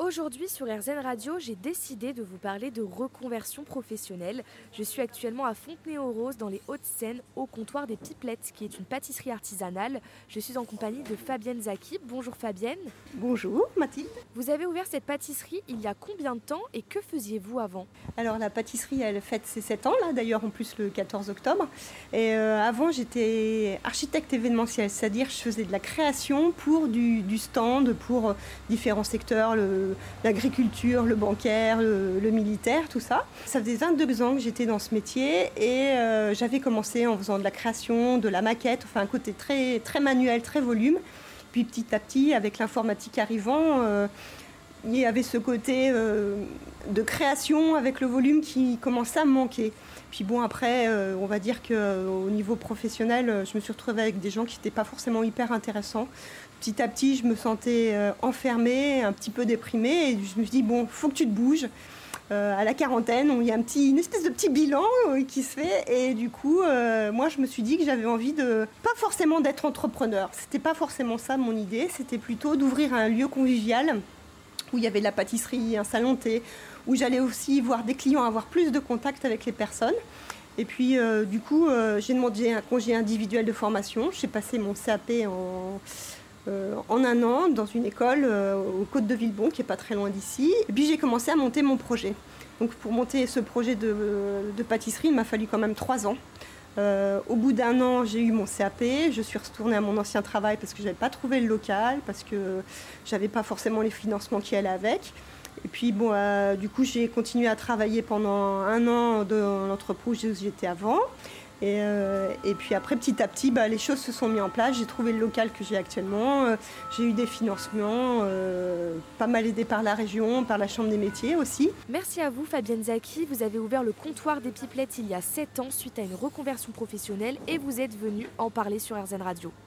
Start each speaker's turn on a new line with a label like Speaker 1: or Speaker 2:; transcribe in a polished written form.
Speaker 1: Aujourd'hui sur RZN Radio, j'ai décidé de vous parler de reconversion professionnelle. Je suis actuellement à Fontenay-aux-Roses dans les Hauts-de-Seine au comptoir des Pipelettes qui est une pâtisserie artisanale. Je suis en compagnie de Fabienne Zaki. Bonjour Fabienne.
Speaker 2: Bonjour Mathilde.
Speaker 1: Vous avez ouvert cette pâtisserie il y a combien de temps et que faisiez-vous avant ?
Speaker 2: Alors la pâtisserie elle fête ses 7 ans là d'ailleurs en plus le 14 octobre. Et avant j'étais architecte événementiel, c'est-à-dire je faisais de la création pour du stand, pour différents secteurs, l'agriculture, le bancaire, le militaire, tout ça. Ça faisait 22 ans que j'étais dans ce métier et j'avais commencé en faisant de la création, de la maquette, enfin un côté très, très manuel, très volume. Puis petit à petit, avec l'informatique arrivant, il y avait ce côté de création avec le volume qui commençait à me manquer. Puis bon, après, on va dire qu'au niveau professionnel, je me suis retrouvée avec des gens qui n'étaient pas forcément hyper intéressants. Petit à petit, je me sentais enfermée, un petit peu déprimée. Et je me suis dit, bon, faut que tu te bouges. À la quarantaine, il y a une espèce de petit bilan qui se fait. Et du coup, moi, je me suis dit que j'avais envie pas forcément d'être entrepreneur. C'était pas forcément ça mon idée. C'était plutôt d'ouvrir un lieu convivial où il y avait de la pâtisserie, un salon de thé, où j'allais aussi voir des clients, avoir plus de contact avec les personnes. Et puis, du coup, j'ai demandé un congé individuel de formation. J'ai passé mon CAP en un an dans une école aux Côtes de Villebon, qui n'est pas très loin d'ici. Et puis, j'ai commencé à monter mon projet. Donc, pour monter ce projet de pâtisserie, il m'a fallu quand même 3 ans. Au bout d'un an, j'ai eu mon CAP, je suis retournée à mon ancien travail parce que je n'avais pas trouvé le local, parce que je n'avais pas forcément les financements qui allaient avec. Et puis bon, du coup, j'ai continué à travailler pendant un an dans l'entreprise où j'étais avant. Et puis après, petit à petit, les choses se sont mises en place. J'ai trouvé le local que j'ai actuellement. J'ai eu des financements, pas mal aidés par la région, par la Chambre des métiers aussi.
Speaker 1: Merci à vous Fabienne Zaki. Vous avez ouvert le comptoir des Pipelettes il y a 7 ans suite à une reconversion professionnelle et vous êtes venue en parler sur RZN Radio.